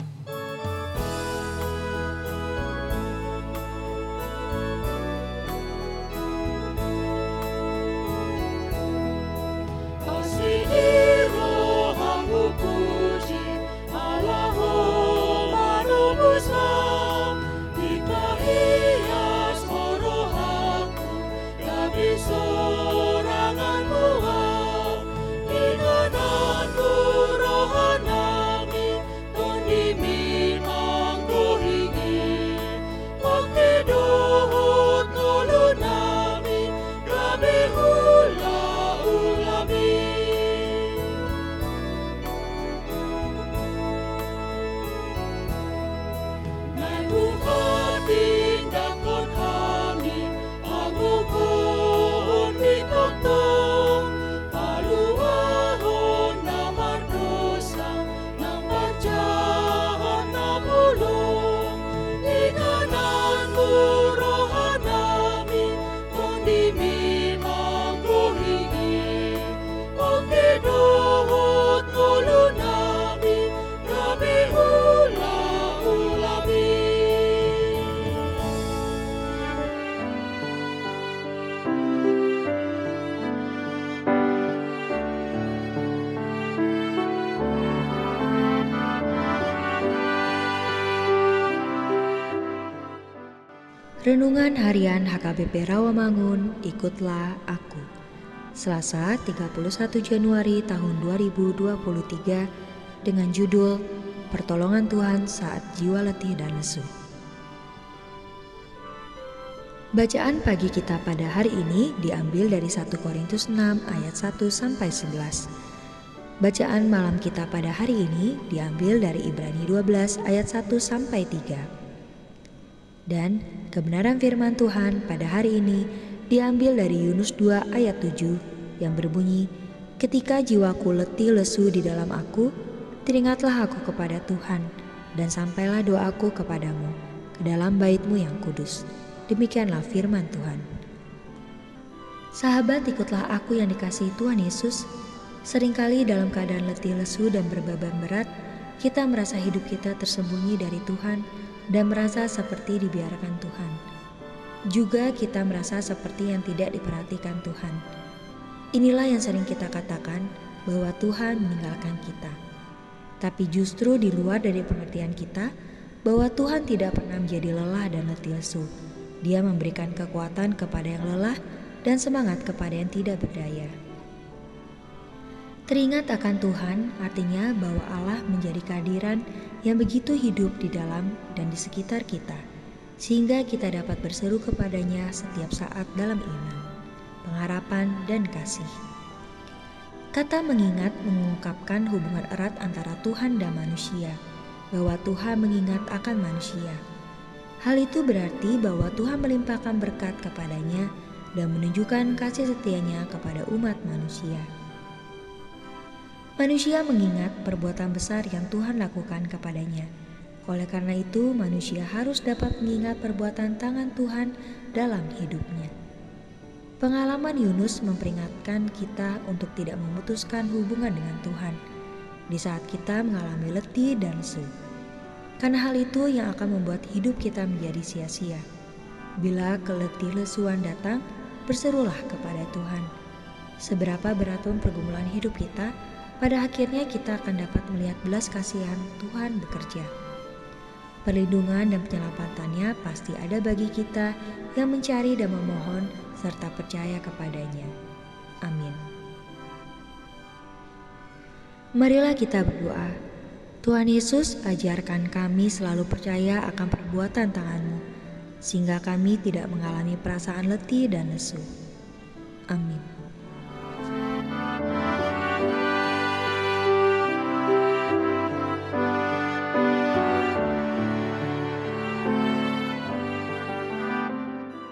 Renungan Harian HKBP Rawamangun, ikutlah aku. Selasa 31 Januari tahun 2023 dengan judul Pertolongan Tuhan saat jiwa letih dan lesu. Bacaan pagi kita pada hari ini diambil dari 1 Korintus 6 ayat 1 sampai 11. Bacaan malam kita pada hari ini diambil dari Ibrani 12 ayat 1 sampai 3. Dan kebenaran firman Tuhan pada hari ini diambil dari Yunus 2 ayat 7 yang berbunyi, "Ketika jiwaku letih lesu di dalam aku, teringatlah aku kepada Tuhan, dan sampailah doaku kepadamu ke dalam bait-Mu yang kudus." Demikianlah firman Tuhan. Sahabat, ikutlah aku yang dikasihi Tuhan Yesus. Seringkali dalam keadaan letih lesu dan berbeban berat, kita merasa hidup kita tersembunyi dari Tuhan dan merasa seperti dibiarkan Tuhan. Juga kita merasa seperti yang tidak diperhatikan Tuhan. Inilah yang sering kita katakan bahwa Tuhan meninggalkan kita. Tapi justru di luar dari pengertian kita bahwa Tuhan tidak pernah menjadi lelah dan letih lesu. Dia memberikan kekuatan kepada yang lelah dan semangat kepada yang tidak berdaya. Teringat akan Tuhan artinya bahwa Allah menjadi kehadiran yang begitu hidup di dalam dan di sekitar kita, sehingga kita dapat berseru kepadanya setiap saat dalam iman, pengharapan, dan kasih. Kata mengingat mengungkapkan hubungan erat antara Tuhan dan manusia, bahwa Tuhan mengingat akan manusia. Hal itu berarti bahwa Tuhan melimpahkan berkat kepadanya dan menunjukkan kasih setianya kepada umat manusia. Manusia mengingat perbuatan besar yang Tuhan lakukan kepadanya. Oleh karena itu, manusia harus dapat mengingat perbuatan tangan Tuhan dalam hidupnya. Pengalaman Yunus memperingatkan kita untuk tidak memutuskan hubungan dengan Tuhan di saat kita mengalami letih dan lesu. Karena hal itu yang akan membuat hidup kita menjadi sia-sia. Bila keletih lesuan datang, berserulah kepada Tuhan. Seberapa berat pun pergumulan hidup kita, pada akhirnya kita akan dapat melihat belas kasihan Tuhan bekerja. Perlindungan dan penyelamatannya pasti ada bagi kita yang mencari dan memohon serta percaya kepadanya. Amin. Marilah kita berdoa. Tuhan Yesus, ajarkan kami selalu percaya akan perbuatan tangan-Mu, sehingga kami tidak mengalami perasaan letih dan lesu. Amin.